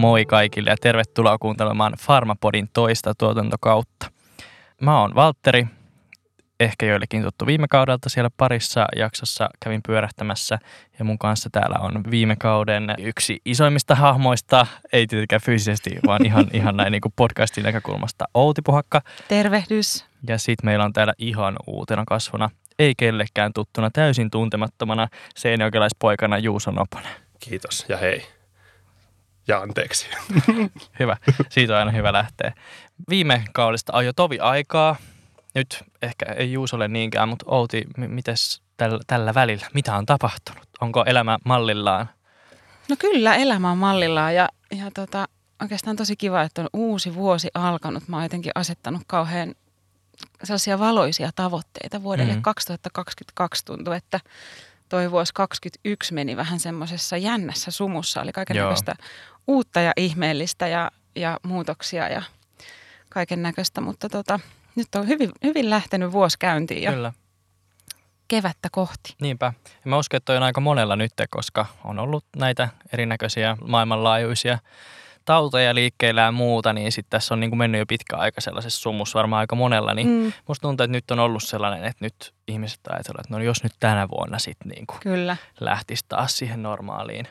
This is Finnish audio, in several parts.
Moi kaikille ja tervetuloa kuuntelemaan Pharmapodin toista tuotantokautta. Mä oon Valtteri. Ehkä joillekin tuttu viime kaudelta siellä parissa jaksossa kävin pyörähtämässä ja mun kanssa täällä on viime kauden yksi isoimmista hahmoista, ei tietenkään fyysisesti, vaan ihan näin niin kuin podcastin näkökulmasta Outi Puhakka. Tervehdys. Ja sit meillä on täällä ihan uutena kasvona, ei kellekään tuttuna, täysin tuntemattomana seinäjokilaispoikana Juuso Noponen. Kiitos ja hei. Ja anteeksi. Hyvä, siitä on aina hyvä lähteä. Viime kaudesta on jo tovi aikaa. Nyt ehkä ei Juusolle niinkään, mutta Outi, mites tällä välillä? Mitä on tapahtunut? Onko elämä mallillaan? No kyllä, elämä on mallillaan ja oikeastaan tosi kiva, että on uusi vuosi alkanut. Mä oon jotenkin asettanut kauhean sellaisia valoisia tavoitteita vuodelle 2022. Tuntuu, että toi vuosi 2021 meni vähän semmoisessa jännässä sumussa. Oli kaikennäköistä uutta ja ihmeellistä ja muutoksia ja kaiken näköistä, mutta nyt on hyvin lähtenyt vuosi käyntiin ja Kyllä. Kevättä kohti. Niinpä. Ja mä uskon, että toi on aika monella nyt, koska on ollut näitä erinäköisiä maailmanlaajuisia tauteja liikkeellä ja muuta, niin sitten tässä on niin kuin mennyt jo pitkä aika sellaisessa sumussa varmaan aika monella. Niin musta tuntuu, että nyt on ollut sellainen, että nyt ihmiset ajatellaan, että no jos nyt tänä vuonna sitten niin kuin lähtisi taas siihen normaaliin.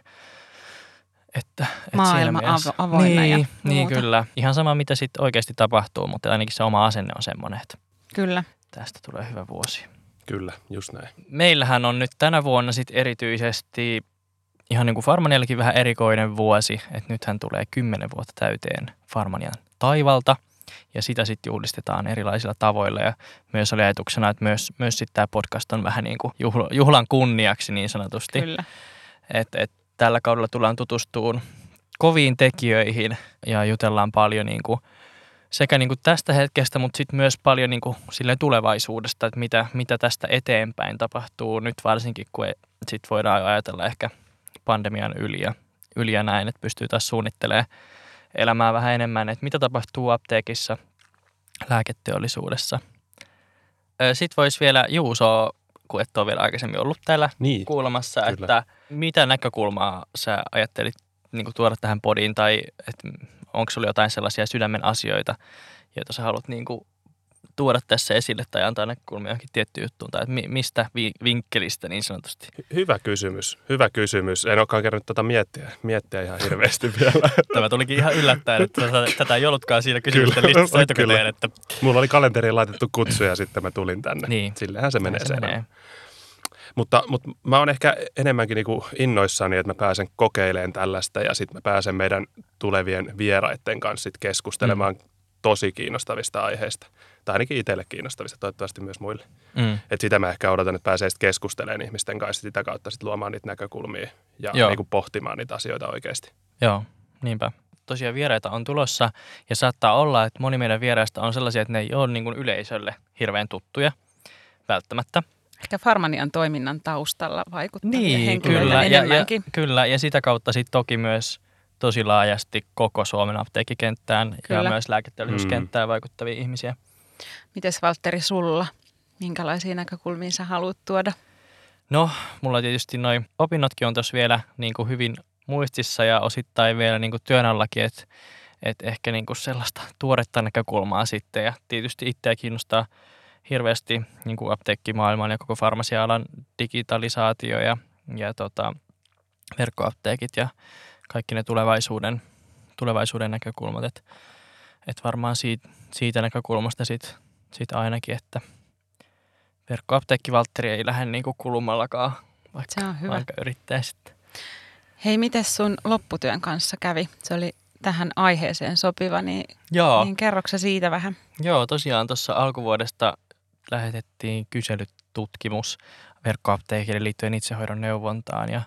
Että maailma avoinna ja niin kyllä. Ihan sama, mitä sitten oikeasti tapahtuu, mutta ainakin se oma asenne on semmoinen, että kyllä. Tästä tulee hyvä vuosi. Kyllä, just näin. Meillähän on nyt tänä vuonna sitten erityisesti ihan niin kuin Pharmaniallakin vähän erikoinen vuosi, että nythän tulee 10 vuotta täyteen Pharmanian taivalta ja sitä sitten juhlistetaan erilaisilla tavoilla ja myös oli ajatuksena, että myös sitten tämä podcast on vähän niin kuin juhlan kunniaksi niin sanotusti. Kyllä. Tällä kaudella tullaan tutustumaan koviin tekijöihin ja jutellaan paljon niin kuin sekä niin kuin tästä hetkestä, mutta sitten myös paljon niin kuin silleen tulevaisuudesta, että mitä tästä eteenpäin tapahtuu nyt varsinkin, kun sitten voidaan ajatella ehkä pandemian yli ja näin, että pystyy taas suunnittelemaan elämää vähän enemmän, että mitä tapahtuu apteekissa, lääketeollisuudessa. Sitten voisi vielä Juuso, kun et ole vielä aikaisemmin ollut täällä kuulemassa, kyllä. Että mitä näkökulmaa sä ajattelit niin kuin tuoda tähän podiin tai että onko sulla jotain sellaisia sydämen asioita, joita sä haluat niin kuin tuoda tässä esille tai antaa näkökulmia johonkin tiettyyn juttuun tai että mistä vinkkelistä niin sanotusti? Hyvä kysymys. En olekaan kerran tätä miettiä ihan hirveästi vielä. Tämä tulikin ihan yllättäen, että tätä ei ollutkaan siinä kysymysten listassa etukäteen. Että mulla oli kalenteriin laitettu kutsu ja sitten mä tulin tänne. Niin. Sillehän se menee. Mutta mä oon ehkä enemmänkin niinku innoissani, että mä pääsen kokeilemaan tällaista ja sitten mä pääsen meidän tulevien vieraiden kanssa sit keskustelemaan tosi kiinnostavista aiheista. Tai ainakin itselle kiinnostavista, toivottavasti myös muille. Et sitä mä ehkä odotan, että pääsee sitten keskustelemaan ihmisten kanssa sitä kautta sit luomaan niitä näkökulmia ja niinku pohtimaan niitä asioita oikeasti. Joo, niinpä. Tosiaan vieraita on tulossa ja saattaa olla, että moni meidän vieraista on sellaisia, että ne ei ole niin kuin yleisölle hirveän tuttuja välttämättä. Ehkä Pharmanian toiminnan taustalla vaikuttavia henkilöitä enemmänkin. Kyllä, ja sitä kautta sitten toki myös tosi laajasti koko Suomen apteekkikenttään ja myös lääketeollisuuskenttään vaikuttavia ihmisiä. Mites Valtteri sulla? Minkälaisia näkökulmia sä haluat tuoda? No, mulla tietysti noi opinnotkin on tuossa vielä niin kuin hyvin muistissa ja osittain vielä niin kuin työn allakin, että ehkä niin kuin sellaista tuoretta näkökulmaa sitten. Ja tietysti itseä kiinnostaa hirveästi niin kuin apteekkimaailman ja koko farmasia-alan digitalisaatio ja verkkoapteekit ja kaikki ne tulevaisuuden näkökulmat. Et varmaan siitä näkökulmasta sit ainakin, että verkkoapteekki Valtteri ei lähde niin kuin kulumallakaan, vaikka yrittää sitten. Hei, mites sun lopputyön kanssa kävi? Se oli tähän aiheeseen sopiva, niin kerroksä siitä vähän? Joo, tosiaan tuossa alkuvuodesta lähetettiin kyselytutkimus verkkoapteekille liittyen itsehoidon neuvontaan ja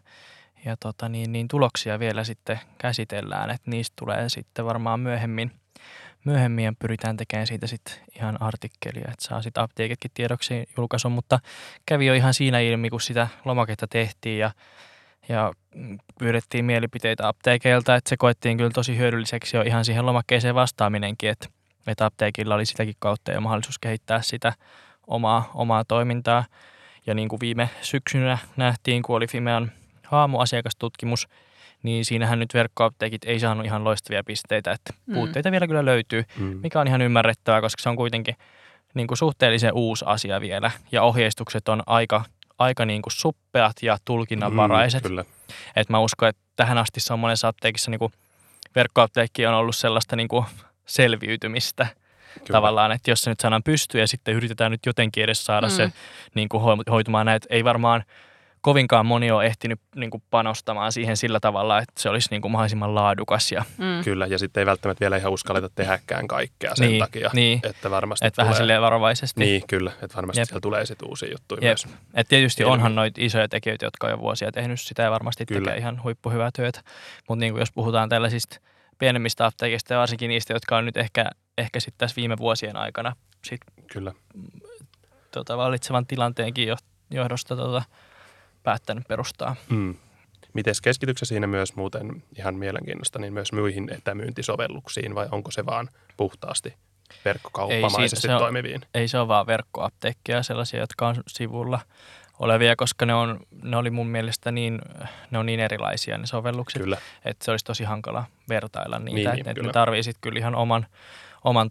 tuloksia vielä sitten käsitellään, että niistä tulee sitten varmaan myöhemmin ja pyritään tekemään siitä sitten ihan artikkelia, että saa sitten apteekitkin tiedoksi julkaisun, mutta kävi jo ihan siinä ilmi, kun sitä lomaketta tehtiin ja pyydettiin mielipiteitä apteekeilta, että se koettiin kyllä tosi hyödylliseksi jo ihan siihen lomakkeeseen vastaaminenkin, että apteekilla oli sitäkin kautta jo mahdollisuus kehittää sitä omaa toimintaa. Ja niin kuin viime syksynä nähtiin, kun oli Fimean haamuasiakastutkimus, niin siinähän nyt verkkoapteekit ei saanut ihan loistavia pisteitä, että puutteita vielä kyllä löytyy, mikä on ihan ymmärrettävää, koska se on kuitenkin niin kuin suhteellisen uusi asia vielä ja ohjeistukset on aika niin kuin suppeat ja tulkinnanvaraiset. Kyllä. Et mä uskon, että tähän asti se on monessa apteekissa niin kuin verkkoapteekki on ollut sellaista niin kuin selviytymistä. Kyllä. Tavallaan, että jos se nyt saadaan pystyä ja sitten yritetään nyt jotenkin edes saada se niin kuin hoitumaan näitä, ei varmaan kovinkaan moni ole ehtinyt niin kuin panostamaan siihen sillä tavalla, että se olisi niin kuin mahdollisimman laadukas. Kyllä, ja sitten ei välttämättä vielä ihan uskalleta tehdäkään kaikkea sen takia, että varmasti että vähän silleen varovaisesti. Niin, kyllä, että varmasti siellä tulee sitten uusia juttuja myös. Että tietysti onhan noita isoja tekijöitä, jotka on jo vuosia tehnyt sitä ja varmasti tekee ihan huippuhyvää työtä. Mutta niin kuin jos puhutaan tällaisista pienemmistä apteekista ja varsinkin niistä, jotka on nyt ehkä sitten tässä viime vuosien aikana sit, kyllä. Vallitsevan tilanteenkin johdosta päättänyt perustaa. Mites keskityksä siinä myös muuten ihan mielenkiinnosta, niin myös muihin etämyyntisovelluksiin vai onko se vaan puhtaasti verkkokauppamaisesti toimiviin? Ei se ole vaan verkkoapteekkia, sellaisia, jotka on sivulla olevia, koska ne oli mun mielestä ne on niin erilaisia ne sovellukset, kyllä. Että se olisi tosi hankala vertailla niitä. Että ne tarvii sitten kyllä ihan oman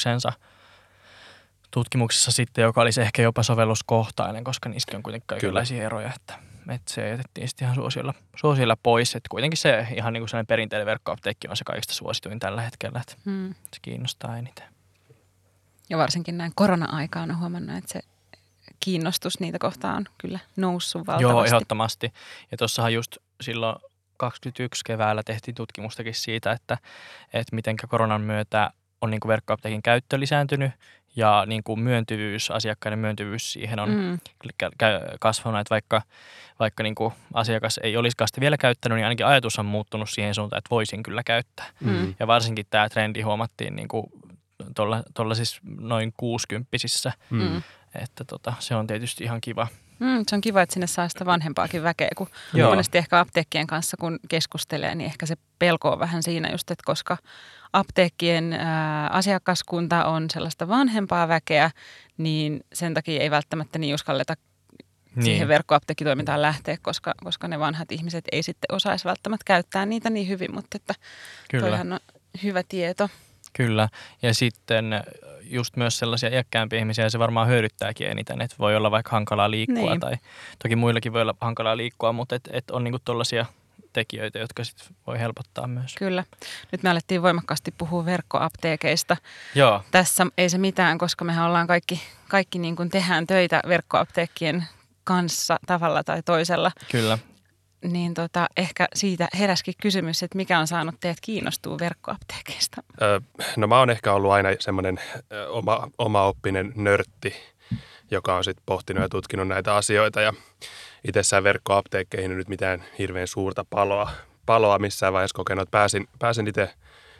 tutkimuksessa sitten, joka olisi ehkä jopa sovelluskohtainen, koska niistä on kuitenkin kaikenlaisia eroja, että se jätettiin sitten ihan suosiolla pois. Että kuitenkin se ihan niin kuin sellainen perinteinen verkkoapteekki on se kaikista suosituin tällä hetkellä, että se kiinnostaa eniten. Ja varsinkin näin korona-aikaan on huomannut, että se kiinnostus niitä kohtaan on kyllä noussut valtavasti. Joo, ehdottomasti. Ja tuossahan just silloin 2021 keväällä tehtiin tutkimustakin siitä, että mitenkä koronan myötä on niin kuin verkkoapteekin käyttö lisääntynyt ja niin kuin asiakkaiden myöntyvyys siihen on kasvanut, että vaikka niin kuin asiakas ei olisikaan sitä vielä käyttänyt, niin ainakin ajatus on muuttunut siihen suuntaan, että voisin kyllä käyttää. Ja varsinkin tämä trendi huomattiin niin kuin tuolla siis noin 60-vuotiaissa, että se on tietysti ihan kiva. Se on kiva, että sinne saa sitä vanhempaakin väkeä, kun monesti ehkä apteekkien kanssa kun keskustelee, niin ehkä se pelko on vähän siinä just, että koska apteekkien asiakaskunta on sellaista vanhempaa väkeä, niin sen takia ei välttämättä niin uskalleta siihen verkkoapteekkitoimintaan lähteä, koska ne vanhat ihmiset ei sitten osaisi välttämättä käyttää niitä niin hyvin, mutta että toihan on hyvä tieto. Kyllä, ja sitten just myös sellaisia iäkkäämpiä ihmisiä, ja se varmaan hyödyttääkin eniten, että voi olla vaikka hankalaa liikkua, tai toki muillakin voi olla hankalaa liikkua, mutta et on niinku tollaisia tekijöitä, jotka sit voi helpottaa myös. Kyllä. Nyt me alettiin voimakkaasti puhua verkkoapteekeista. Joo. Tässä ei se mitään, koska mehän ollaan kaikki niin kuin tehdään töitä verkkoapteekkien kanssa tavalla tai toisella. Kyllä. Niin ehkä siitä heräsikin kysymys, että mikä on saanut teidät kiinnostua verkkoapteekeista? No mä oon ehkä ollut aina semmoinen omaoppinen nörtti, joka on sitten pohtinut ja tutkinut näitä asioita. Ja itsessään verkkoapteekkeihin nyt mitään hirveän suurta paloa missään vaiheessa kokenut. Pääsin itse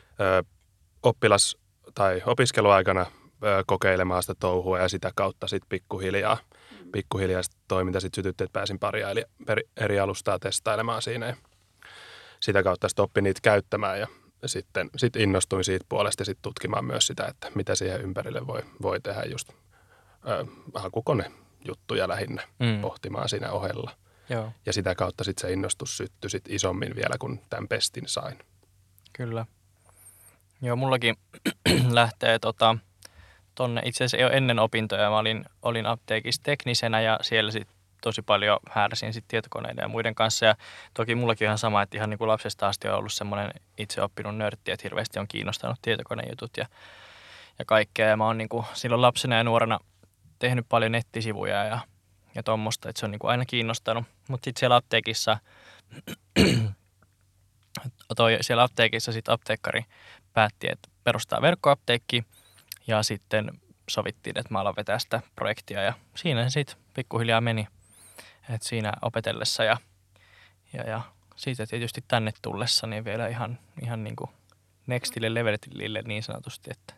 oppilas- tai opiskeluaikana kokeilemaan sitä touhua ja sitä kautta sitten pikkuhiljaa toiminta sitten sytytti, että pääsin pari eri alustaa testailemaan siinä ja sitä kautta sitten oppin niitä käyttämään ja sitten innostuin siitä puolesta ja sitten tutkimaan myös sitä, että mitä siihen ympärille voi tehdä just hakukonejuttuja lähinnä pohtimaan siinä ohella. Joo. Ja sitä kautta sitten se innostus syttyi sit isommin vielä, kun tämän pestin sain. Kyllä. Joo, mullakin lähtee tonne itse asiassa jo ennen opintoja. Mä olin apteekissa teknisenä ja siellä sitten tosi paljon häärsin sit tietokoneiden ja muiden kanssa. Ja toki mullakin on ihan sama, että ihan niin kuin lapsesta asti on ollut semmoinen itse oppinut nörtti, että hirveästi on kiinnostanut tietokonejutut ja kaikkea. Ja mä oon niin kuin silloin lapsena ja nuorena tehnyt paljon nettisivuja ja tommoista, että se on niin kuin aina kiinnostanut. Mutta sitten siellä apteekissa sit apteekkari päätti, että perustaa verkkoapteekki. Ja sitten sovittiin, että mä alan vetää sitä projektia ja siinä se sitten pikkuhiljaa meni. Et siinä opetellessa ja siitä tietysti tänne tullessa niin vielä ihan niin kuin nextille levelille niin sanotusti. Että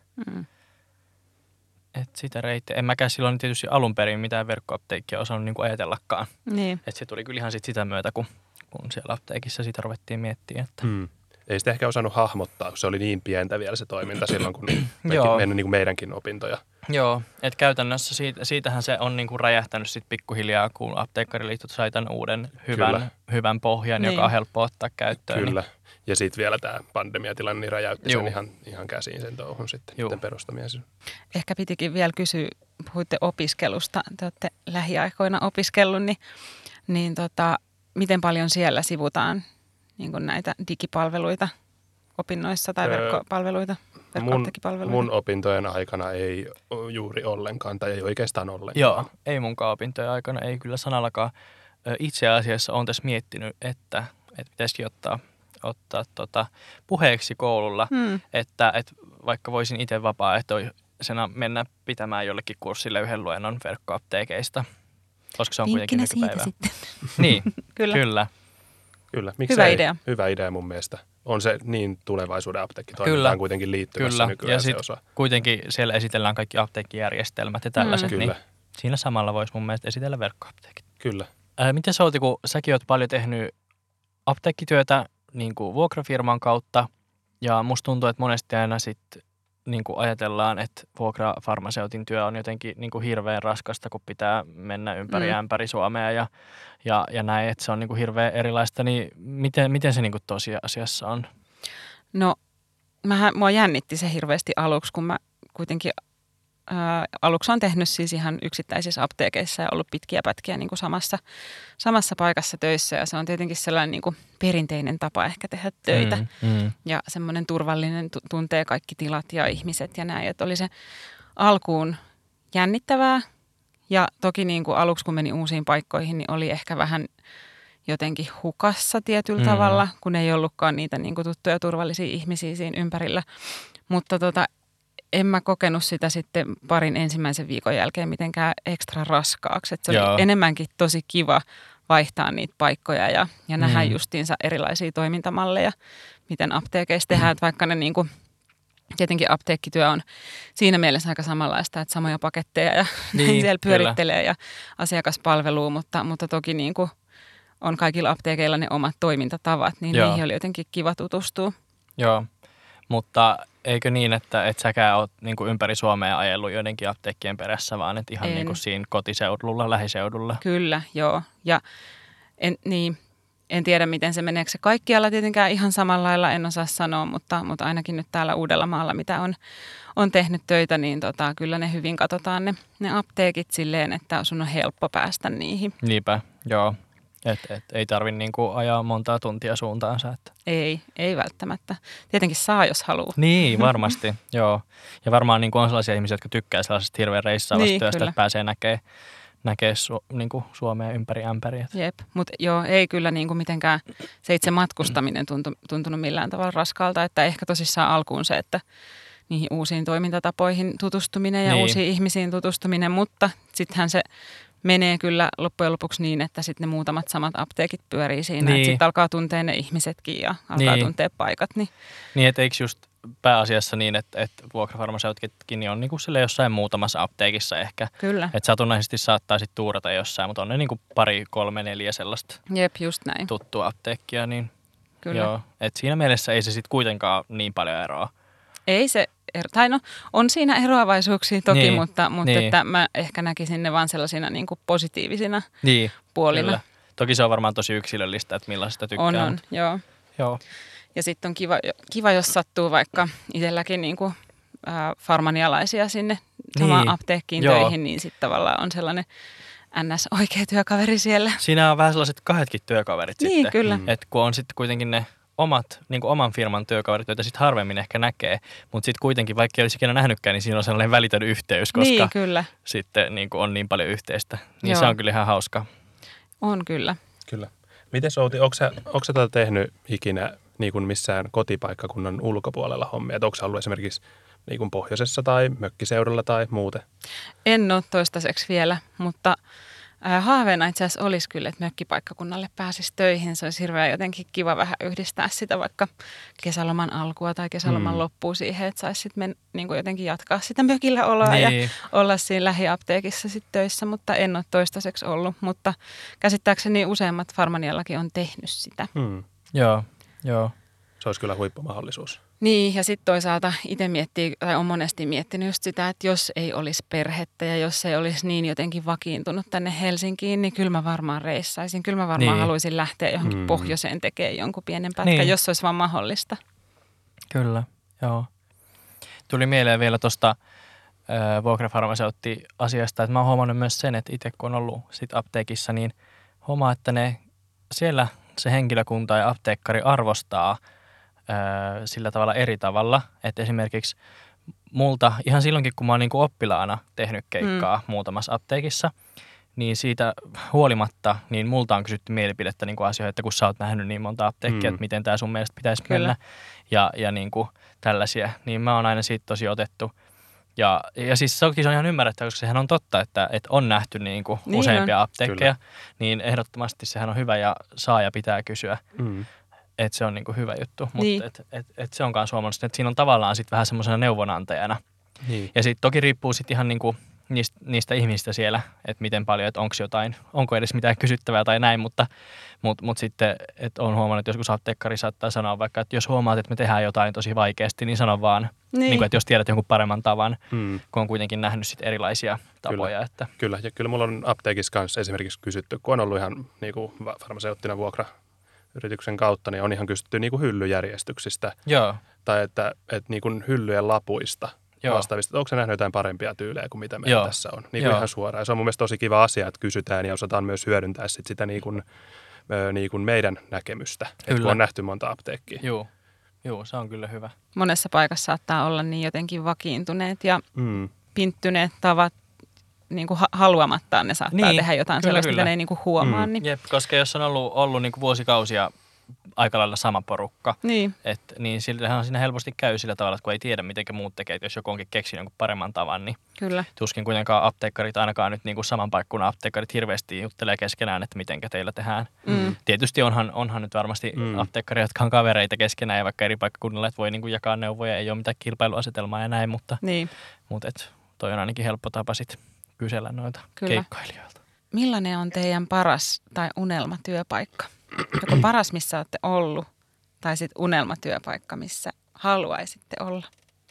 sitä reittiä. En mäkään silloin tietysti alun perin mitään verkkoapteekkia osannut niin kuin ajatellakaan. Niin. Että se tuli kyllä ihan sitä myötä, kun siellä apteekissa sitä ruvettiin miettimään. Että ei sitä ehkä osannut hahmottaa, kun se oli niin pientä vielä se toiminta silloin, kun mennyt niin kuin meidänkin opintoja Joo, että käytännössä siitähän se on niinku räjähtänyt sit pikkuhiljaa, kun Apteekkariliitto sai tämän uuden hyvän pohjan, Niin. joka on helppo ottaa käyttöön. Kyllä. Ja sitten vielä tämä pandemiatilanne niin räjäytti sen ihan käsiin sen touhun sitten perustamiseen. Ehkä pitikin vielä kysyä, puhuitte opiskelusta, te olette lähiaikoina opiskellut, niin miten paljon siellä sivutaan niin kuin näitä digipalveluita opinnoissa tai verkkopalveluita? Mun opintojen aikana ei juuri ollenkaan, tai ei oikeastaan ollenkaan. Joo, ei munkaan opintojen aikana, ei kyllä sanallakaan. Itse asiassa olen tässä miettinyt, että pitäisikin ottaa puheeksi koululla, että vaikka voisin itse vapaaehtoisena mennä pitämään jollekin kurssille yhden luennon verkkoapteekeista, koska se on kuitenkin nykypäivää. Niin, kyllä. Hyvä idea. Hyvä idea mun mielestä. On se niin tulevaisuuden apteekkitoimintaan kuitenkin liittyvässä nykyään. Ja sitten kuitenkin siellä esitellään kaikki apteekkijärjestelmät ja tällaiset, niin siinä samalla voisi mun mielestä esitellä verkkoapteekit. Kyllä. Miten Outi, kun säkin oot paljon tehnyt apteekkityötä niin kuin vuokrafirman kautta, ja musta tuntuu, että monesti aina sitten niin kuin ajatellaan, että vuokrafarmaseutin työ on jotenkin niin kuin hirveän raskasta, kun pitää mennä ympäri Suomea ja näin, että se on niin kuin hirveän erilaista, niin miten se niin kuin tosiasiassa on? No, mua jännitti se hirveästi aluksi, kun mä kuitenkin aluksi on tehnyt siis ihan yksittäisissä apteekeissa ja ollut pitkiä pätkiä niin kuin samassa paikassa töissä, ja se on tietenkin sellainen niin kuin perinteinen tapa ehkä tehdä töitä ja semmoinen turvallinen, tuntee kaikki tilat ja ihmiset ja näin, että oli se alkuun jännittävää, ja toki niin kuin aluksi kun meni uusiin paikkoihin, niin oli ehkä vähän jotenkin hukassa tietyllä tavalla, kun ei ollutkaan niitä niin kuin tuttuja turvallisia ihmisiä siinä ympärillä, mutta en mä kokenut sitä sitten parin ensimmäisen viikon jälkeen mitenkään ekstra raskaaksi. Että se oli enemmänkin tosi kiva vaihtaa niitä paikkoja ja nähdä justiinsa erilaisia toimintamalleja, miten apteekeissa tehdään. Että vaikka ne niinku, tietenkin apteekkityö on siinä mielessä aika samanlaista, että samoja paketteja ja siellä pyörittelee ja asiakaspalvelua, mutta toki niinku on kaikilla apteekeilla ne omat toimintatavat, niin niihin oli jotenkin kiva tutustua. Joo. Mutta eikö niin, että säkään oot niin kuin ympäri Suomea ajellut joidenkin apteekkien perässä, vaan että ihan niin kuin siinä kotiseudulla, lähiseudulla? Kyllä, joo. Ja en tiedä, miten se meneekö se kaikkialla tietenkään ihan samalla lailla, en osaa sanoa, mutta ainakin nyt täällä Uudellamaalla, mitä on tehnyt töitä, niin kyllä ne hyvin katsotaan ne apteekit silleen, että sun on helppo päästä niihin. Niinpä, joo. Ei tarvitse niinku ajaa montaa tuntia suuntaansa. Että. Ei välttämättä. Tietenkin saa, jos haluaa. Niin, varmasti, joo. Ja varmaan niinku on sellaisia ihmisiä, jotka tykkää sellaisesta hirveän reissaavasta työstä, että pääsee näkee niinku Suomea ympäri ämpäriä. Jep, mutta joo, ei kyllä niinku mitenkään se itse matkustaminen tuntunut millään tavalla raskaalta, että ehkä tosissaan alkuun se, että niihin uusiin toimintatapoihin tutustuminen ja uusiin ihmisiin tutustuminen, mutta sittenhän se menee kyllä loppujen lopuksi niin, että sitten ne muutamat samat apteekit pyörii siinä, että sitten alkaa tuntea ne ihmisetkin ja alkaa tuntea paikat. Niin, että eikö just pääasiassa niin, että vuokrafarmaseutitkin on niinku sille jossain muutamassa apteekissa ehkä. Kyllä. Että satunnaisesti saattaa sitten tuurata jossain, mutta on ne niinku 2, 3, 4 sellaista just näin. tuttua apteekkia. Niin kyllä. Joo, että siinä mielessä ei se sitten kuitenkaan niin paljon eroa. Ei se, on siinä eroavaisuuksia toki, mutta että mä ehkä näkisin ne vaan sellaisina niin kuin positiivisina puolina. Kyllä. Toki se on varmaan tosi yksilöllistä, että millaisesta tykkää. On, joo. Ja sitten on kiva, jos sattuu vaikka itselläkin niin kuin, farmanialaisia sinne samaan apteekkiin töihin, niin sitten tavallaan on sellainen NS-oikea työkaveri siellä. Siinä on vähän sellaiset kahdetkin työkaverit niin, sitten. Kyllä. Että kun on sitten kuitenkin ne oman firman työkaverit, joita sitten harvemmin ehkä näkee, mutta sitten kuitenkin, vaikka ei olisi ikinä nähnytkään, niin siinä on sellainen välitön yhteys, koska niin, kyllä. sitten niin on niin paljon yhteistä. Niin se on kyllä ihan hauska. On kyllä. Kyllä. Miten Outi, onko sä tehnyt ikinä niin kuin missään kotipaikkakunnan ulkopuolella hommia? Onko sä ollut esimerkiksi niin kuin pohjoisessa tai mökkiseudulla tai muuten? En ole toistaiseksi vielä, mutta haaveena itse asiassa olisi kyllä, että mökkipaikkakunnalle pääsisi töihin. Se olisi hirveän jotenkin kiva vähän yhdistää sitä vaikka kesäloman alkua tai kesäloman loppua siihen, että saisi sitten niin kuin jotenkin jatkaa sitä mökillä oloa ja olla siinä lähiapteekissa sitten töissä, mutta en ole toistaiseksi ollut. Mutta käsittääkseni useimmat farmaniallakin on tehnyt sitä. Joo. Se olisi kyllä huippumahdollisuus. Niin, ja sitten toisaalta itse miettii, tai on monesti miettinyt just sitä, että jos ei olisi perhettä ja jos ei olisi niin jotenkin vakiintunut tänne Helsinkiin, niin kyllä mä varmaan reissaisin. Kyllä mä varmaan haluaisin lähteä johonkin pohjoiseen tekemään jonkun pienen pätkän, jos olisi vaan mahdollista. Kyllä, joo. Tuli mieleen vielä tuosta vuokrafarmaseutti-asiasta, että mä oon huomannut myös sen, että itse kun on ollut sit apteekissa, niin huomaa, että siellä se henkilökunta ja apteekkari arvostaa sillä tavalla eri tavalla, että esimerkiksi multa, ihan silloinkin kun mä oon niin kuin oppilaana tehnyt keikkaa muutamassa apteekissa, niin siitä huolimatta, niin multa on kysytty mielipidettä niin kuin asioihin, että kun sä oot nähnyt niin monta apteekkia, että miten tää sun mielestä pitäisi mennä ja niin kuin tällaisia, niin mä oon aina siitä tosi otettu. Ja siis se on ihan ymmärrettävä, koska sehän on totta, että on nähty niin kuin useampia apteekkeja, niin ehdottomasti sehän on hyvä ja saa ja pitää kysyä. Että se on niinku hyvä juttu, mutta et se on myös huomannut, että siinä on tavallaan sit vähän semmoisena neuvonantajana. Niin. Ja sitten toki riippuu sitten ihan niinku niistä ihmistä siellä, että miten paljon, että onko edes mitään kysyttävää tai näin, mutta sitten, että olen huomannut, että joskus apteekkari saattaa sanoa vaikka, että jos huomaat, että me tehdään jotain tosi vaikeasti, niin sano vaan, niin kuin, että jos tiedät jonkun paremman tavan, kun on kuitenkin nähnyt sit erilaisia tapoja. Kyllä, ja kyllä mulla on apteekissa kanssa esimerkiksi kysytty, kun on ollut ihan niinku farmaseuttina vuokrayrityksen kautta, niin on ihan kysytty niinku hyllyjärjestyksistä. Joo. Tai että niinku hyllyjen lapuista. Vastaavista. Onko se nähnyt jotain parempia tyylejä kuin mitä meillä tässä on? Niin kuin ihan suoraan. Ja se on mun mielestä tosi kiva asia, että kysytään ja osataan myös hyödyntää sitä niin kuin meidän näkemystä, että kun on nähty monta apteekkia. Joo, se on kyllä hyvä. Monessa paikassa saattaa olla niin jotenkin vakiintuneet ja pinttyneet tavat, niin kuin haluamattaan ne saattaa tehdä jotain sellaista, mitä ne ei niin kuin huomaa. Niin. Jep, koska jos on ollut niin kuin vuosikausia aika lailla sama porukka, niin sillähän siinä helposti käy sillä tavalla, että kun ei tiedä, miten muut tekee, että jos joku onkin keksinyt jonkun paremman tavan, niin tuskin kuitenkaan apteekkarit, ainakaan nyt niin kuin saman paikkuun apteekkarit hirveästi juttelee keskenään, että mitenkä teillä tehdään. Tietysti onhan nyt varmasti apteekkaria, jotka on kavereita keskenään ja vaikka eri paikkakunnilla, että voi niin kuin jakaa neuvoja, ei ole mitään kilpailuasetelmaa ja näin, mutta toi on ainakin helppo tapa sit kysellä noita keikkailijoilta. Millainen on teidän paras tai unelmatyöpaikka? Joko paras, missä olette ollut, tai sitten unelmatyöpaikka, missä haluaisitte olla?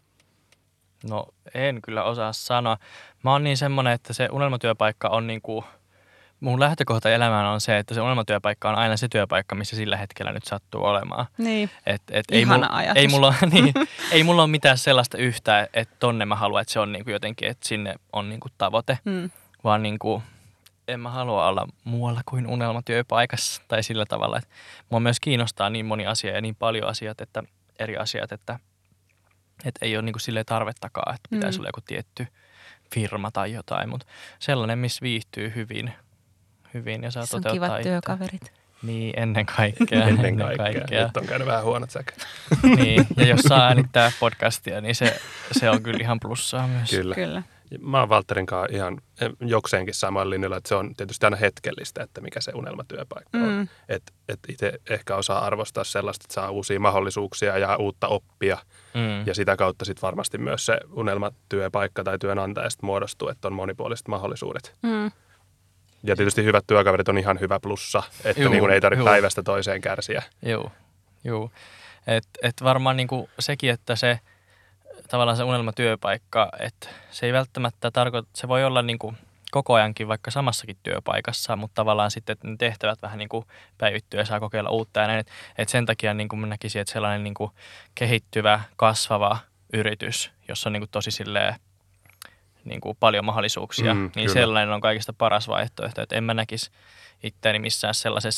No en kyllä osaa sanoa. Mä oon niin semmoinen, että se unelmatyöpaikka on niinku, mun lähtökohta elämään on se, että se unelmatyöpaikka on aina se työpaikka, missä sillä hetkellä nyt sattuu olemaan. Niin, ihana ajatus. Ei mulla ole mitään sellaista yhtä, että tonne mä haluan, että se on niinku jotenkin, että sinne on niinku tavoite, vaan niinku en mä halua olla muualla kuin unelmatyöpaikassa tai sillä tavalla, että mua myös kiinnostaa niin moni asia ja niin paljon eri asiat, että ei ole niinku silleen tarvettakaan, että pitäisi olla joku tietty firma tai jotain, mutta sellainen, missä viihtyy hyvin ja saa se on toteuttaa kivat työkaverit. Niin, ennen kaikkea. Nyt on käynyt vähän huonot säkeet. Niin, ja jos saa äänittää podcastia, niin se on kyllä ihan plussaa myös. Kyllä. Mä oon Valtterin kanssa ihan jokseenkin samalla linjalla, että se on tietysti aina hetkellistä, että mikä se unelmatyöpaikka on. Että itse ehkä osaa arvostaa sellaista, että saa uusia mahdollisuuksia ja uutta oppia. Ja sitä kautta sitten varmasti myös se unelmatyöpaikka tai työnantaja sitten muodostuu, että on monipuoliset mahdollisuudet. Ja tietysti hyvät työkaverit on ihan hyvä plussa, että niin ei tarvitse päivästä toiseen kärsiä. Joo. Et varmaan niinku sekin, että se tavallaan se unelmatyöpaikka, että se ei välttämättä tarkoita, se voi olla niinku koko ajankin vaikka samassakin työpaikassa, mutta tavallaan sitten, että ne tehtävät vähän niinku päivittyy ja saa kokeilla uutta ja näin. Et sen takia niinku mä näkisin, että sellainen niinku kehittyvä, kasvava yritys, jossa on niinku tosi silleen niinku paljon mahdollisuuksia, niin kyllä. Sellainen on kaikista paras vaihtoehto, että en mä näkisi itseäni missään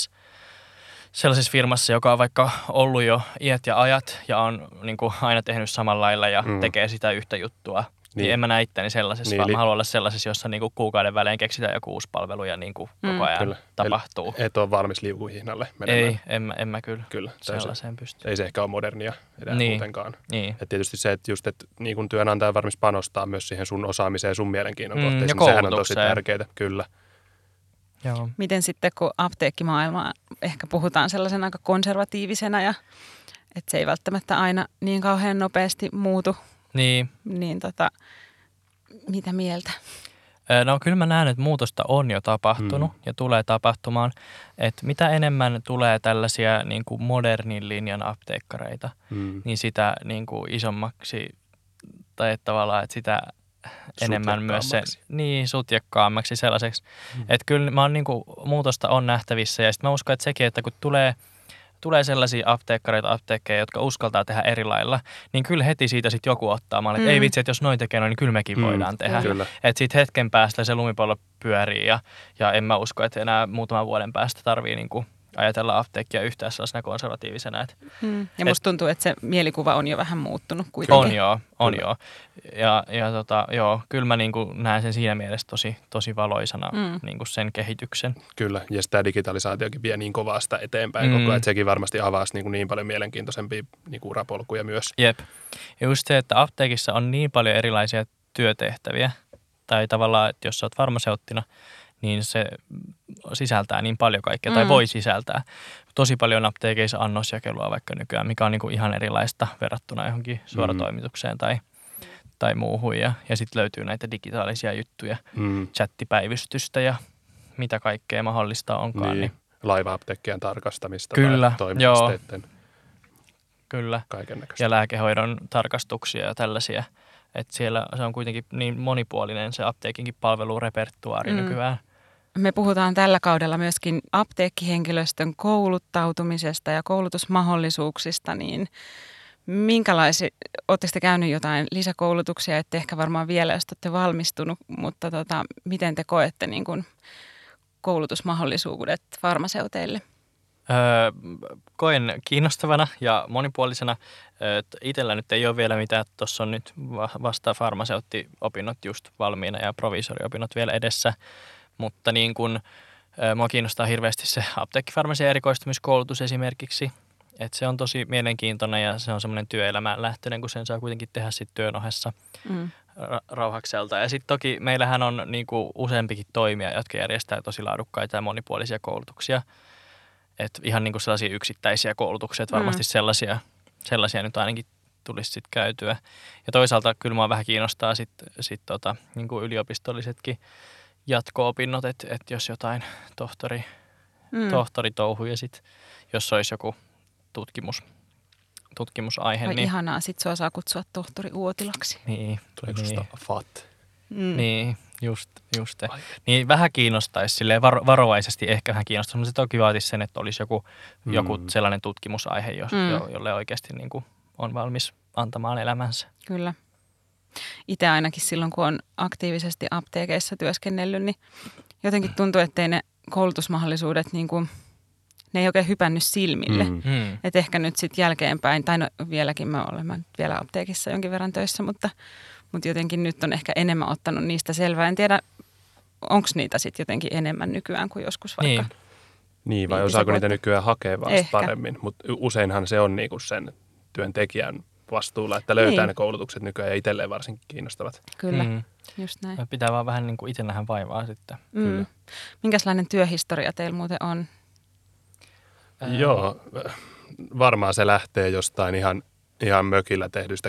sellaisessa firmassa, joka on vaikka ollut jo iät ja ajat ja on niin kuin aina tehnyt samalla lailla ja tekee sitä yhtä juttua. Niin en mä näe itseäni sellaisessa, vaan mä haluan olla sellaisessa, jossa niin kuin kuukauden välein keksitään joku uusi palvelu ja niin kuin koko ajan kyllä. Tapahtuu. Et ole valmis liukuhihnalle menemään. Ei, en mä kyllä sellaiseen pysty. Ei se ehkä ole modernia enää muutenkaan. Niin. Et tietysti se, että just, että niin kuin työnantaja varmasti panostaa myös siihen sun osaamiseen ja sun mielenkiinnon kohteisiin. Sehän on tosi tärkeää, kyllä. Joo. Miten sitten, kun apteekkimaailmaa ehkä puhutaan sellaisen aika konservatiivisena ja että se ei välttämättä aina niin kauhean nopeasti muutu. Niin mitä mieltä? No kyllä mä näen, että muutosta on jo tapahtunut ja tulee tapahtumaan. Että mitä enemmän tulee tällaisia niin kuin modernin linjan apteekkareita, niin sitä niin kuin isommaksi tai että tavallaan, että sitä enemmän myös se sutjakkaammaksi sellaiseksi. Että kyllä mä oon, niin kuin, muutosta on nähtävissä ja sitten mä uskon, että sekin, että kun tulee sellaisia apteekkeja, jotka uskaltaa tehdä eri lailla, niin kyllä heti siitä sitten joku ottaa. Mä olen, että ei vitsi, että jos noin tekee noin, niin kyllä mekin voidaan tehdä. Että sitten hetken päästä se lumipallo pyörii ja en mä usko, että enää muutaman vuoden päästä tarvii niinku ajatella apteekkia yhtään sellaisena konservatiivisena. Ja musta tuntuu, että se mielikuva on jo vähän muuttunut kuitenkin. On joo. Ja kyllä mä niinku näen sen siinä mielessä tosi valoisana niinku sen kehityksen. Kyllä, ja sitä digitalisaatiokin vie niin kovaa sitä eteenpäin koko ajan, että sekin varmasti avasi niin paljon mielenkiintoisempia niinku urapolkuja myös. Jep. Ja just se, että apteekissa on niin paljon erilaisia työtehtäviä, tai tavallaan, että jos sä oot farmaseuttina, niin se sisältää niin paljon kaikkea, tai voi sisältää. Tosi paljon apteekeissa annosjakelua vaikka nykyään, mikä on niinku ihan erilaista verrattuna johonkin suoratoimitukseen tai muuhun. Ja sitten löytyy näitä digitaalisia juttuja, chattipäivystystä ja mitä kaikkea mahdollista onkaan. Niin. Laiva-apteekkien tarkastamista kyllä, tai toimipisteiden. Kyllä, kaikennäköistä. ja lääkehoidon tarkastuksia ja tällaisia. Että siellä se on kuitenkin niin monipuolinen se apteekinkin palvelurepertuaari nykyään. Me puhutaan tällä kaudella myöskin apteekkihenkilöstön kouluttautumisesta ja koulutusmahdollisuuksista, niin minkälaisia, oletteko te käynyt jotain lisäkoulutuksia, ette ehkä varmaan vielä, jos olette valmistunut, mutta miten te koette niin kuin koulutusmahdollisuudet farmaseuteille? Koen kiinnostavana ja monipuolisena. Itsellä nyt ei ole vielä mitään, tuossa on nyt vasta farmaseuttiopinnot just valmiina ja proviisoriopinnot vielä edessä, mutta niin kun, mua kiinnostaa hirveästi se apteekkifarmasian erikoistumiskoulutus esimerkiksi, että se on tosi mielenkiintoinen ja se on semmoinen työelämään lähtöinen, kun sen saa kuitenkin tehdä sitten työn ohessa rauhakselta. Ja sitten toki meillähän on niin kuin useampikin toimija, jotka järjestää tosi laadukkaita ja monipuolisia koulutuksia. Että ihan niin kuin sellaisia yksittäisiä koulutuksia, että varmasti sellaisia nyt ainakin tulisi sitten käytyä. Ja toisaalta kyllä mua vähän kiinnostaa sit niin kuin yliopistollisetkin jatko-opinnot, että jos jotain tohtoritouhuja sitten, jos olisi joku tutkimusaihe. Niin ihanaa, sit sua saa kutsua tohtori Uotilaksi. Niin. Tuleeko susta FAT? Niin, just. Niin vähän kiinnostaisi, silleen varovaisesti ehkä vähän kiinnostaisi, mutta se toki vaatisi sen, että olisi joku sellainen tutkimusaihe, jolle oikeasti niin kuin on valmis antamaan elämänsä. Kyllä. Itse ainakin silloin, kun on aktiivisesti apteekeissa työskennellyt, niin jotenkin tuntuu, ettei ne koulutusmahdollisuudet, niin kuin, ne ei oikein hypännyt silmille. Että ehkä nyt sitten jälkeenpäin, tai no vieläkin mä olen vielä apteekissa jonkin verran töissä, mutta jotenkin nyt on ehkä enemmän ottanut niistä selvää. En tiedä, onko niitä sitten jotenkin enemmän nykyään kuin joskus vaikka. Niin vai osaako niitä nykyään hakea vasta paremmin, mutta useinhan se on niinku sen työntekijän vastuulla, että löytää ne koulutukset nykyään ja itselleen varsinkin kiinnostavat. Kyllä, just näin. Pitää vaan vähän niin kuin itse nähdä vaivaa sitten. Kyllä. Minkälainen työhistoria teillä muuten on? Joo, varmaan se lähtee jostain ihan mökillä tehdyistä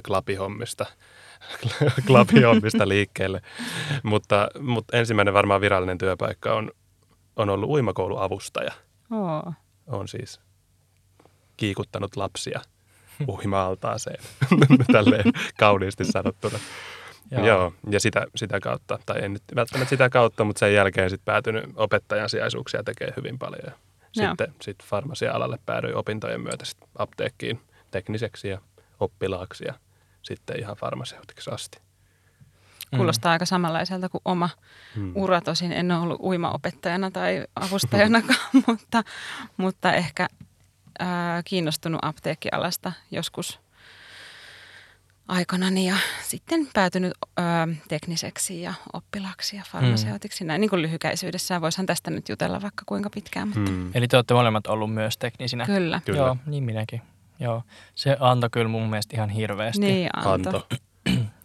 klapihommista liikkeelle, mutta ensimmäinen varmaan virallinen työpaikka on ollut uimakouluavustaja. On siis kiikuttanut lapsia uima-altaaseen, tälleen kauniisti sanottuna. Joo, ja sitä kautta, tai en nyt välttämättä sitä kautta, mutta sen jälkeen sitten päätynyt opettajan sijaisuuksia tekee hyvin paljon. Sitten farmasia-alalle päädyin opintojen myötä sit apteekkiin tekniseksi ja oppilaaksi ja sitten ihan farmaseutiksi asti. Kuulostaa aika samanlaiselta kuin oma ura. Tosin en ole ollut uimaopettajana tai avustajanakaan, mutta ehkä kiinnostunut apteekkialasta joskus aikanani ja sitten päätynyt tekniseksi ja oppilaaksi ja farmaseutiksi. Näin niin kuin lyhykäisyydessään. Voisihan tästä nyt jutella vaikka kuinka pitkään. Mutta. Eli te olette molemmat ollut myös teknisinä? Kyllä. Joo, niin minäkin. Joo. Se antoi kyllä mun mielestä ihan hirveästi. Niin antoi.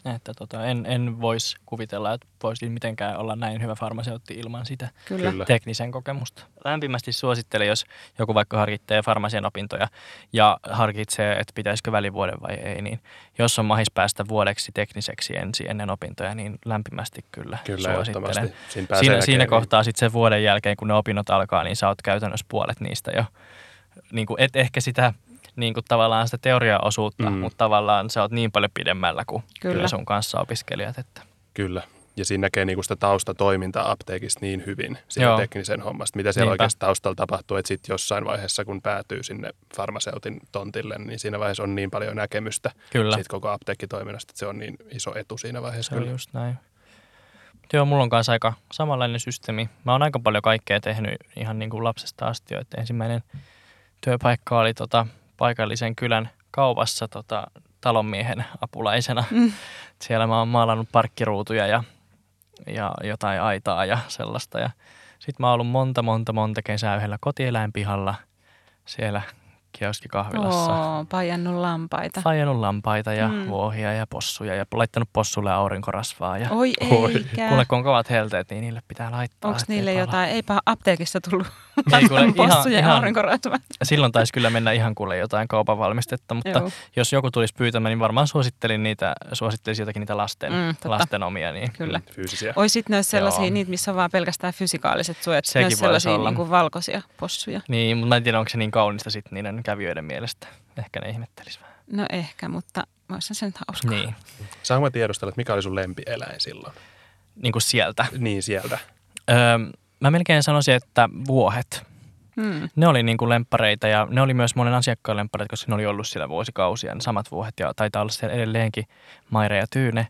Että en voisi kuvitella, että voisi mitenkään olla näin hyvä farmaseutti ilman sitä Kyllä. teknisen kokemusta. Lämpimästi suosittelen, jos joku vaikka harkitsee farmasian opintoja ja harkitsee, että pitäisikö välivuoden vai ei, niin jos on mahis päästä vuodeksi tekniseksi ennen opintoja, niin lämpimästi kyllä suosittelen. Siinä kohtaa sitten sen vuoden jälkeen, kun ne opinnot alkaa, niin sä oot käytännössä puolet niistä jo. Niin kuin, et ehkä sitä niin kuin tavallaan sitä teoriaosuutta, mutta tavallaan sä oot niin paljon pidemmällä kuin kyllä sun kanssa opiskelijat. Että. Kyllä. Ja siinä näkee niinku sitä taustatoimintaa apteekista niin hyvin, siinä teknisen hommasta. Mitä siellä oikeasti taustalla tapahtuu, että sitten jossain vaiheessa, kun päätyy sinne farmaseutin tontille, niin siinä vaiheessa on niin paljon näkemystä siitä koko apteekkitoiminnasta, että se on niin iso etu siinä vaiheessa. Se on just näin. Joo, mulla on kanssa aika samanlainen systeemi. Mä oon aika paljon kaikkea tehnyt ihan niin kuin lapsesta asti jo, että ensimmäinen työpaikka oli paikallisen kylän kaupassa talonmiehen apulaisena. Siellä mä oon maalannut parkkiruutuja ja jotain aitaa ja sellaista. Ja sit mä oon ollut monta kesää yhdellä kotieläinpihalla siellä kioskikahvilassa. Paijannut lampaita ja vuohia ja possuja ja laittanut possulle aurinkorasvaa. Ja Oi eikä. Kuule, kun on kovat helteet, niin niille pitää laittaa. Onko niille jotain? Eipä apteekissa tullut possuja ja aurinkorasvaa. Silloin taisi kyllä mennä ihan kuule jotain kaupan valmistetta, mutta jos joku tulisi pyytämään, niin varmaan suosittelisin jotakin niitä lasten omia. Niin. Kyllä. Fyysisiä. Oi sit ne sellaisia, niitä missä on vaan pelkästään fysikaaliset suojat. Sekin sellaisia niin kuin valkoisia possuja. Niin, mutta mä en tiedä, onko se niin kaunista sitten niiden kävijöiden mielestä. Ehkä ne ihmettelis vähän. No ehkä, mutta olisi se nyt hauskaa. Niin. Saanko mä tiedustella, että mikä oli sun lempieläin silloin? Niin kuin sieltä? Niin, sieltä. Mä melkein sanoisin, että vuohet. Ne oli niin kuin lemppareita ja ne oli myös monen asiakkaan lemppareita, koska ne oli ollut siellä vuosikausia. Ne samat vuohet ja taitaa olla siellä edelleenkin Maire ja Tyyne.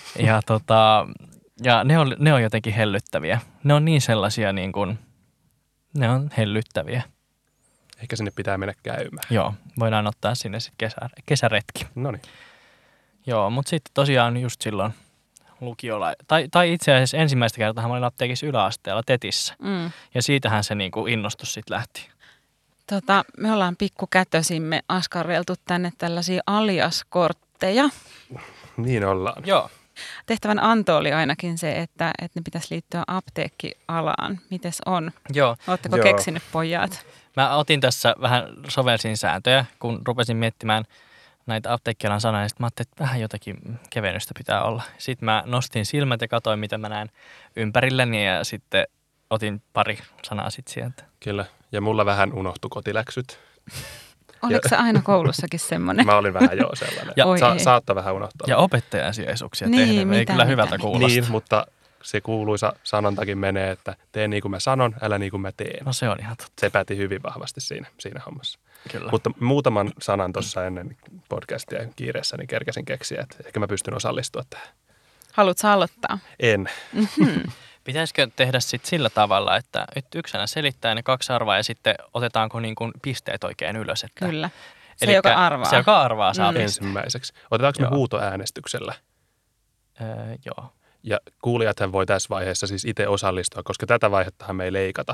Ja ne on jotenkin hellyttäviä. Ne on niin sellaisia niin kuin, ne on hellyttäviä. Ehkä sinne pitää mennä käymään. Joo, voidaan ottaa sinne sitten kesäretki. Noniin. Joo, mutta sitten tosiaan just silloin lukiolla, tai itse asiassa ensimmäistä kertaa mä olin apteekissa yläasteella TETissä. Ja siitähän se niinku innostus sitten lähti. Me ollaan pikkukätösimme askarreltu tänne tällaisia aliaskortteja. Niin ollaan. Joo. Tehtävän anto oli ainakin se, että ne pitäisi liittyä apteekkialaan. Mites on? Joo. Oletteko keksinyt pojat? Mä otin tässä vähän sovelsin sääntöjä, kun rupesin miettimään näitä apteekkialan sanoja, ja sitten mä ajattelin, että vähän jotakin kevennystä pitää olla. Sitten mä nostin silmät ja katsoin, mitä mä näen ympärilleni, ja sitten otin pari sanaa sitten sieltä. Kyllä, ja mulla vähän unohtui kotiläksyt. Oliko se aina koulussakin semmoinen? Mä olin vähän sellainen. Ja saattaa vähän unohtaa. Ja opettaja-asiaisuuksia tehnyt, ei kyllä hyvältä kuulosta. Niin, mutta se kuuluisa sanontakin menee, että tee niin kuin mä sanon, älä niin kuin mä teen. No se on ihan totta. Se pääti hyvin vahvasti siinä hommassa. Kyllä. Mutta muutaman sanan tuossa ennen podcastia kiireessä niin kerkesin keksiä, että ehkä mä pystyn osallistua tähän. Haluatko aloittaa? En. Pitäisikö tehdä sitten sillä tavalla, että yksinä selittää ne kaksi arvaa ja sitten otetaanko niin kuin pisteet oikein ylös? Että Kyllä. Se, joka arvaa. Se, joka arvaa, saa ensimmäiseksi. Otetaanko me huutoäänestyksellä? Joo. Ja kuulijathan voi tässä vaiheessa siis itse osallistua, koska tätä vaihettahan me ei leikata.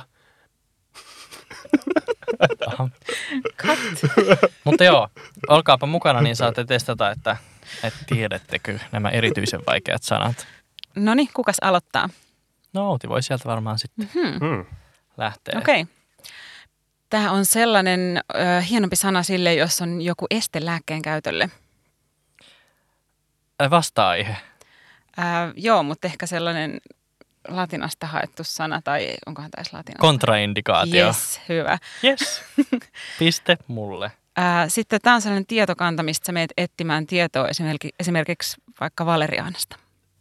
Mutta joo, olkaapa mukana, niin saatte testata, että tiedättekö nämä erityisen vaikeat sanat. Noniin, kukas aloittaa? No Outi voi sieltä varmaan sitten lähteä. Okei. Tämä on sellainen hienompi sana sille, jos on joku este lääkkeen käytölle. Vasta-aihe. Joo, mutta ehkä sellainen latinasta haettu sana, tai onkohan tämä edes latinasta? Kontraindikaatio. Yes, hyvä. Yes, piste mulle. Sitten tämä on sellainen tietokanta, mistä sä meet etsimään tietoa esimerkiksi vaikka valeriaanasta.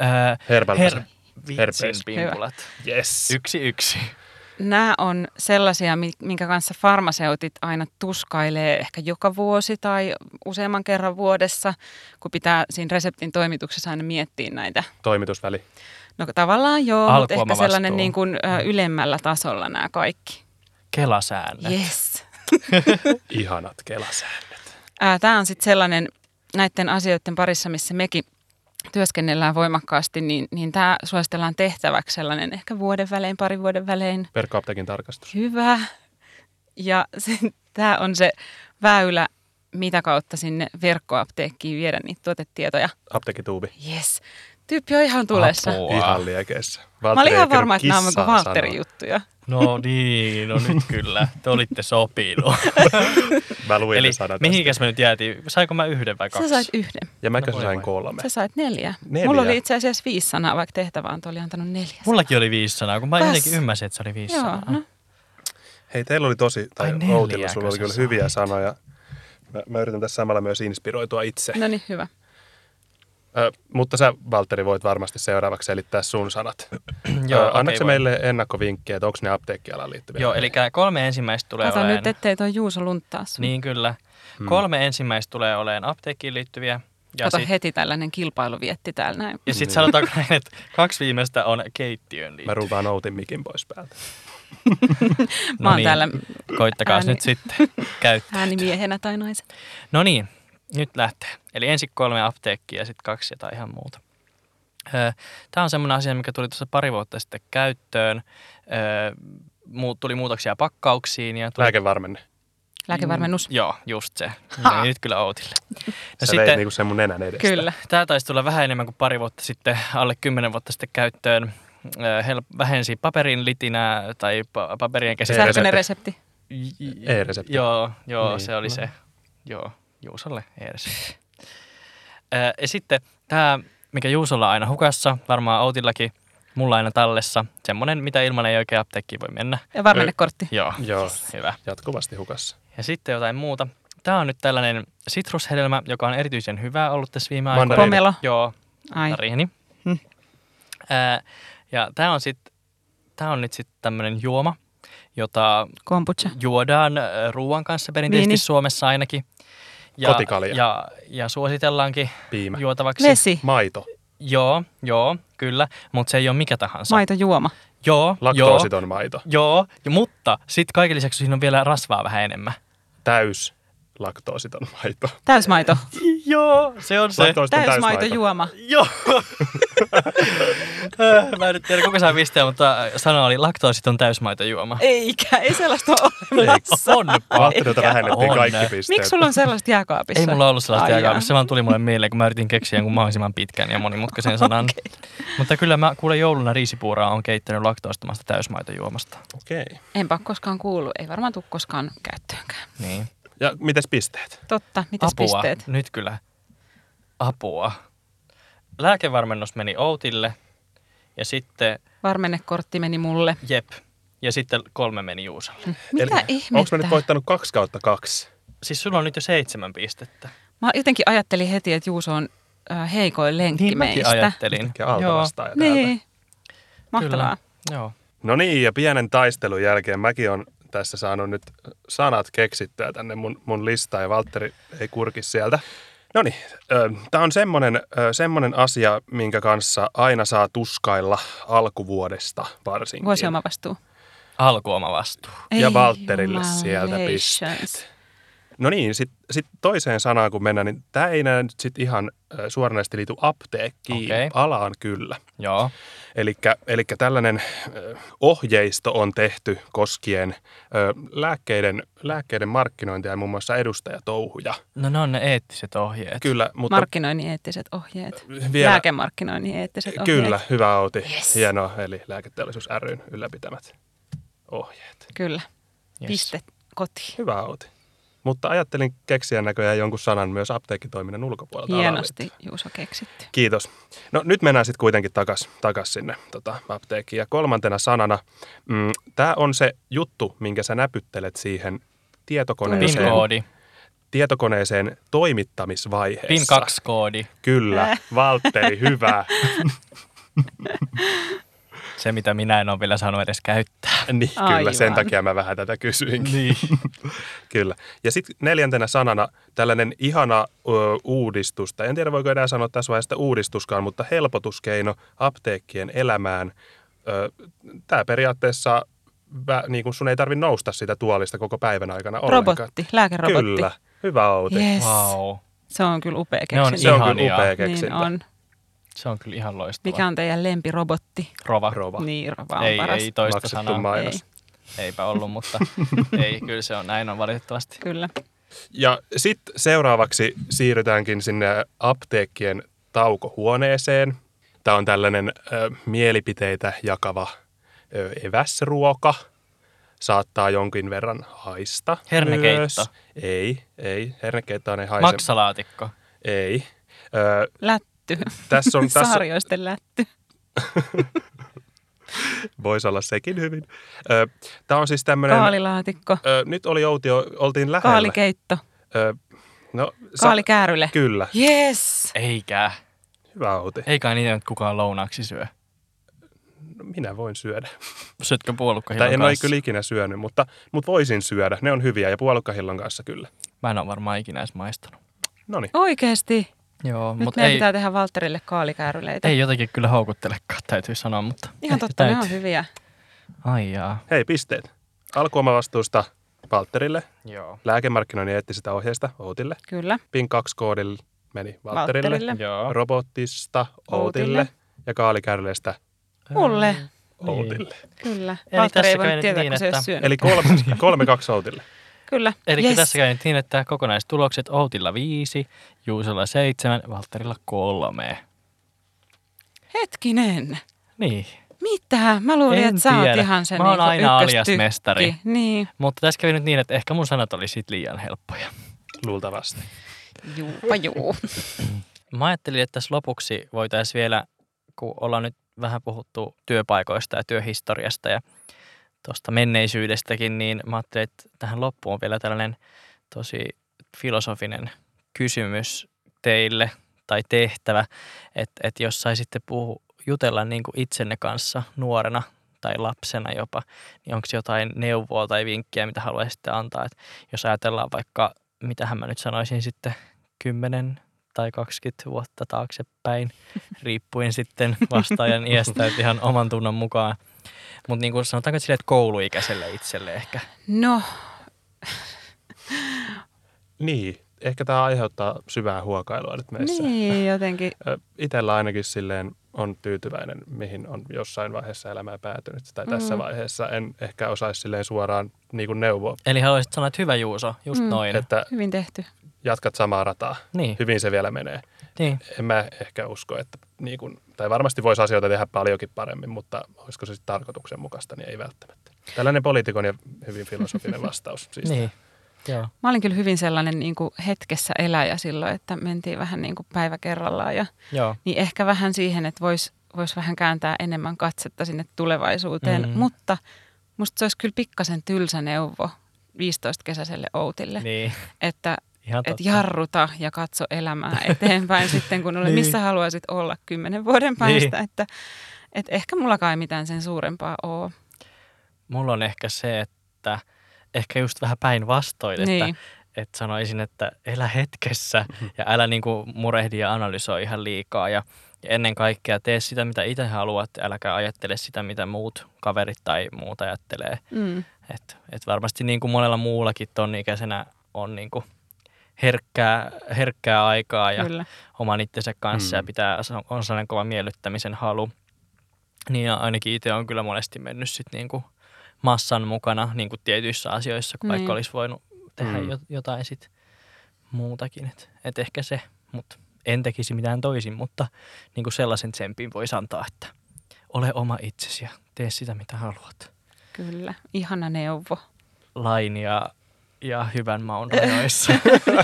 Vitsin pimpulat. Yes. 1-1. Nämä on sellaisia, minkä kanssa farmaseutit aina tuskailee ehkä joka vuosi tai useamman kerran vuodessa, kun pitää siinä reseptin toimituksessa aina miettiä näitä. Toimitusväli. No tavallaan joo, mutta ehkä sellainen niin kuin, ylemmällä tasolla nämä kaikki. Kelasäännöt. Yes. Ihanat kelasäännöt. Tämä on sitten sellainen näiden asioiden parissa, missä mekin työskennellään voimakkaasti, niin tämä suositellaan tehtäväksi sellainen ehkä vuoden välein, parin vuoden välein. Verkkoapteekin tarkastus. Hyvä. Ja tämä on se väylä mitä kautta sinne verkkoapteekkiin viedä niitä tuotetietoja. Apteekituubi. Yes. Tyyppi on ihan tulessa. Apua. Ihan liekeissä. Mä olin ihan varma, että nämä on kuin Valtterin juttuja. No niin, no nyt kyllä. Te olitte sopinut. Mä luin Eli ne sanat. mihinkäs me nyt jäätiin? Sainko mä yhden vai 2? Sä sait yhden. Ja mäkö No voi sain voi. 3. Sä sait 4. 4. Mulla oli itse asiassa 5 sanaa, vaikka tehtäväantö oli antanut 4 sanaa. Mullakin oli 5 sanaa, kun mä Kas. jotenkin ymmärsin, että se oli 5 Joo, sanaa. no. Hei, teillä oli tosi, tai Ai 4, Outilla sulla oli sä kyllä sait. hyviä sanoja. Mä yritän tässä samalla myös inspiroitua itse. No niin, hyvä. Mutta sä, Valtteri, voit varmasti seuraavaksi selittää sun sanat. Joo, Annatko okei, sä voin. meille ennakkovinkkejä, että onko ne apteekkialaan liittyviä? Joo, eli 3 ensimmäistä tulee Kato olemaan... nyt, ettei toi Juuso lunttaa sun. Niin kyllä. 3 ensimmäistä tulee olemaan apteekkiin liittyviä. Ja Kato sit, heti tällainen kilpailuvietti täällä näin. ja sitten sanotaanko näin, että 2 viimeistä on keittiöön Mä liittyviä. ruuvaan Outin mikin pois päältä. Mä oon täällä Koittakaa ääni- nyt sitten käyttää. äänimiehenä tai naisen. No niin, nyt lähtee. Eli ensin 3 apteekkia ja sitten 2 jotain ihan muuta. Tämä on semmoinen asia, mikä tuli tuossa pari vuotta sitten käyttöön. Tuli muutoksia pakkauksiin. Ja tuli... Lääkevarmenne. Lääkevarmennus. Joo, just se. No, nyt kyllä Outille. No Sä veit niinku sen mun nenän edestä. Kyllä. Tämä taisi tulla vähän enemmän kuin pari vuotta sitten, alle 10 vuotta sitten käyttöön. Vähensi paperin litinää tai paperien käsittelyä. Sähköinen resepti. E-resepti. Joo, Niin, se oli no. se. Joo, Juusolle e-resepti. Ja sitten tämä, mikä Juusolla on aina hukassa, varmaan Outillakin, mulla aina tallessa. Semmoinen, mitä ilman ei oikein apteekkiin voi mennä. Ja varmennekortti. Joo, Joo, hyvä. jatkuvasti hukassa. Ja sitten jotain muuta. Tämä on nyt tällainen sitrushedelmä, joka on erityisen hyvä ollut tässä viime aikoina. Mandariini. Pomelo. Joo, Ai. mandariini. Ja tämä on nyt sitten tämmöinen juoma, jota Kombucha. juodaan ruoan kanssa perinteisesti Niin. Suomessa ainakin. Kotikalja. Ja suositellaankin Piimä. juotavaksi. Vesi. Maito. Joo, kyllä, mutta se ei ole mikä tahansa. Maitojuoma. Laktoositon maito. Joo, mutta sitten kaiken lisäksi siinä on vielä rasvaa vähän enemmän. Täys laktoositon maito. Täysmaito. Joo, se on se. Laktoositon Täysmaitojuoma. Joo. Mä en nyt tiedä, kuka saa pistää, mutta sana oli laktoositon täysmaitojuoma. Eikä, ei sellaista ole olemassa. On. Valtterilta vähennettiin On. kaikki pisteet. Miksi sulla on sellaista jääkaapissa? Ei mulla ollut sellaista Ai jääkaapissa, se vaan tuli mulle mieleen, kun mä yritin keksiä jonkun mahdollisimman pitkän ja monimutkaisen sanan. Mutta kyllä mä kuulen jouluna riisipuuraa on keittänyt laktoostomasta täysmaitojuomasta. Okei. Enpä ole koskaan kuullut. Ei varmaan tule koskaan käyttöönkään. Niin. Ja mites pisteet? Totta. Mitäs Apua. pisteet? Nyt kyllä. Apua. Lääkevarmennus meni Outille ja sitten Varmennekortti meni mulle. jep. Ja sitten 3 meni Juusolle. Mitä Onko mä ihmettä? nyt voittanut 2/2? Siis sulla on nyt jo 7 pistettä. Mä jotenkin ajattelin heti, että Juuso on heikoin lenkki Niin mäkin meistä. ajattelin. Ja alta vastaaja täältä. Niin. Mahtavaa. Kyllä. Joo. No niin, ja pienen taistelun jälkeen mäkin on tässä saanut nyt sanat keksittyä tänne mun listaan, ja Valtteri ei kurki sieltä. No niin, tämä on semmonen asia, minkä kanssa aina saa tuskailla alkuvuodesta varsinkin. Vuosiomavastuu. Alkuoma vastuu. Ja Valtterille sieltä Jumalations. pisteet. No niin, sit toiseen sanaan kun mennään, niin tämä ei näy nyt sit ihan suoranaisesti liity apteekkiin. Okei. Alaan kyllä. Joo. Elikkä tällainen ohjeisto on tehty koskien lääkkeiden markkinointia ja muun muassa edustajatouhuja. No ne on ne eettiset ohjeet. Kyllä, mutta Markkinoinnin eettiset ohjeet. vielä, Lääkemarkkinoinnin eettiset ohjeet. kyllä, hyvä Outi. Yes. Hienoa, eli Lääketeollisuus ryn ylläpitämät ohjeet. Kyllä. Yes. Piste kotiin. Hyvä Outi. Mutta ajattelin keksiä näköjään jonkun sanan myös apteekkitoiminnan ulkopuolelta. Hienosti alaan. Juuso keksitty. Kiitos. No nyt mennään sitten kuitenkin takas sinne apteekkiin. Ja 3. sanana, tämä on se juttu, minkä sä näpyttelet siihen PIN-koodi. tietokoneeseen toimittamisvaiheessa. PIN 2-koodi. Kyllä, Valtteri, hyvä. Se, mitä minä en ole vielä saanut edes käyttää. Niin, kyllä, Aivan. sen takia mä vähän tätä kysyinkin. Niin. Kyllä. Ja sitten 4. sanana tällainen ihana uudistus, tai en tiedä voiko enää sanoa tässä vaiheessa uudistuskaan, mutta helpotuskeino apteekkien elämään. Tämä periaatteessa, niin kuin sun ei tarvitse nousta sitä tuolista koko päivän aikana ollenkaan. Robotti, lääkerobotti. Kyllä, hyvä Outi. Yes. Wow. Se on kyllä upea Ne on keksintö. Se on kyllä ihania. upea keksintö. Niin on. Se on kyllä ihan loistava. Mikä on teidän lempirobotti? Rova. Rova. Niin, Rova on Ei, paras. ei toista Maksettu sanaa. mainos. Eipä ollut, mutta ei, kyllä se on näin on valitettavasti. Kyllä. Ja sitten seuraavaksi siirrytäänkin sinne apteekkien taukohuoneeseen. Tämä on tällainen mielipiteitä jakava eväsruoka. Saattaa jonkin verran haista. Hernekeitto. Myös. Ei. Hernekeitto ei haise. Maksalaatikko. Ei. Lätty. Tässä on Saarioisten lätty. Voisi olla sekin hyvin. Tämä on siis tämmöinen... Kaalilaatikko. Nyt oltiin lähellä. Kaalikeitto. No, Kaalikääryle. Kyllä. Yes. Eikä. Hyvä Outi. Eikä niitä nyt kukaan lounaaksi syö. No, minä voin syödä. Syötkö puolukkahillon Tai en kanssa? ole kyllä ikinä syönyt, mutta voisin syödä. Ne on hyviä ja puolukkahillon kanssa kyllä. Mä en ole varmaan ikinä edes maistanut. Noniin. Oikeesti. Joo, Nyt mutta meidän ei, pitää tehdä Valtterille kaalikääryleitä. ei jotenkin kyllä houkuttelekaan, täytyy sanoa, mutta... Ihan totta, ne on hyviä. Ai jaa. Hei, pisteet. Alkuomavastuusta Valtterille. Joo. Lääkemarkkinoinnin eettisistä ohjeista Outille. Kyllä. PIN 2-koodilla meni Valtterille. Valtterille. Joo. Robottista Outille. Outille. Ja kaalikärleestä Mulle. Outille. Kyllä. Eli Valtteri ei tässä voi käy nyt tietää, niin, kun se ei että- ole syönyt. Eli 3-2 Outille. Kyllä. Eli Yes. tässä käy nyt niin, että kokonaistulokset Outilla 5, Juusolla 7, Valtterilla 3. Hetkinen. Niin, Mitä? Mä luulin, En että sä oot tiedä. ihan sen Mä oon niinku aina alias ykköstykki. mestari. Niin. mutta tässä kävi nyt niin, että ehkä mun sanat oli sit liian helppoja. Luultavasti. Juupa juu. Mä ajattelin, että tässä lopuksi voitaisiin vielä, kun ollaan nyt vähän puhuttu työpaikoista ja työhistoriasta ja tuosta menneisyydestäkin, niin mä ajattelin, että tähän loppuun on vielä tällainen tosi filosofinen kysymys teille tai tehtävä, että jos saisitte jutella niin kuin itsenne kanssa nuorena tai lapsena jopa, niin onko jotain neuvoa tai vinkkiä, mitä haluaisitte antaa, että jos ajatellaan vaikka, mitähän mä nyt sanoisin sitten 10 tai 20 vuotta taaksepäin, riippuen sitten vastaajan iästä, että ihan oman tunnon mukaan. Mutta niin kuin sanotaanko silleen, että kouluikäiselle itselle ehkä. No, Niin, ehkä tämä aiheuttaa syvää huokailua nyt meissä. niin jotenkin. Itellä ainakin silleen on tyytyväinen, mihin on jossain vaiheessa elämää päätynyt. Tai tässä vaiheessa en ehkä osaisi silleen suoraan niin kuin neuvoa, Eli haluaisit sanoa, että hyvä Juuso, just noin. että Hyvin tehty. jatkat samaa rataa. Niin, Hyvin se vielä menee. niin. En mä ehkä usko, että niin kuin, tai varmasti voisi asioita tehdä paljonkin paremmin, mutta olisiko se sitten tarkoituksenmukaista, niin ei välttämättä. Tällainen poliitikon ja hyvin filosofinen vastaus. Siis Niin, joo. Mä olin kyllä hyvin sellainen niin kuin hetkessä eläjä silloin, että mentiin vähän niin kuin päivä kerrallaan. Ja, Joo. niin ehkä vähän siihen, että vois vähän kääntää enemmän katsetta sinne tulevaisuuteen. Mutta musta se olisi kyllä pikkasen tylsä neuvo 15-kesäiselle Outille. Niin, Että ihan totta. et jarruta ja katso elämää eteenpäin sitten, kun olet, Niin. missä haluaisit olla 10 vuoden päästä. Että ehkä mullakaan ei mitään sen suurempaa ole. Mulla on ehkä se, että ehkä just vähän päinvastoin, Niin. että sanoisin, että elä hetkessä ja älä niinku murehdi ja analysoi ihan liikaa ja ennen kaikkea tee sitä, mitä itse haluat, äläkä ajattele sitä, mitä muut kaverit tai muut ajattelee. Mm. Et varmasti niin kuin monella muullakin ton ikäisenä on niin kuin herkkää aikaa ja Kyllä. oman itsensä kanssa ja on sellainen kova miellyttämisen halu. Niin ainakin itse on kyllä monesti mennyt sit niin kuin massan mukana niin kuin tietyissä asioissa, kun vaikka Niin. olisi voinut tehdä jotain sit muutakin. Et ehkä se, mutta en tekisi mitään toisin, mutta niin kuin sellaisen tsempin voisi antaa, että ole oma itsesi ja tee sitä, mitä haluat. Kyllä, ihana neuvo. Lain ja hyvän maun rajoissa.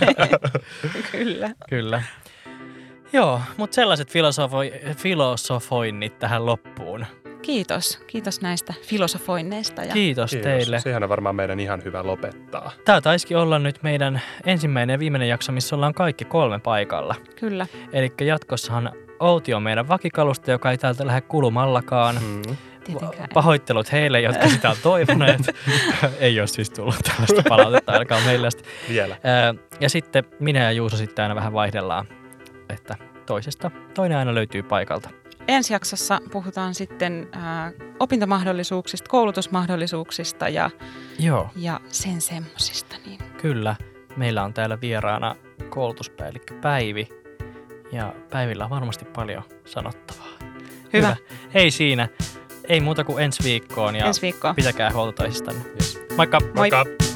Kyllä. Kyllä. Joo, mutta sellaiset filosofoinnit tähän loppuun. Kiitos näistä filosofoinneista. Ja Kiitos teille. Siihen on varmaan meidän ihan hyvä lopettaa. Tämä taisikin olla nyt meidän ensimmäinen ja viimeinen jakso, missä ollaan kaikki 3 paikalla. Kyllä. Eli jatkossahan Outi on meidän vakikalusta, joka ei täältä lähde kulumallakaan. Tietenkään. Pahoittelut heille, jotka sitä on toivoneet. Ei ole siis tullut tällaista palautetta ainakaan meille. Vielä. Ja sitten minä ja Juuso sitten aina vähän vaihdellaan, että toinen aina löytyy paikalta. Ensi jaksossa puhutaan sitten opintomahdollisuuksista, koulutusmahdollisuuksista Joo, ja sen semmosista. Niin. kyllä. Meillä on täällä vieraana koulutuspäällikkö Päivi. Ja Päivillä on varmasti paljon sanottavaa. Hyvä. Ei siinä. Ei muuta kuin ensi viikkoon ja Ensi viikkoon. pitäkää huolta toisistanne. Moikka! Moi. Moikka!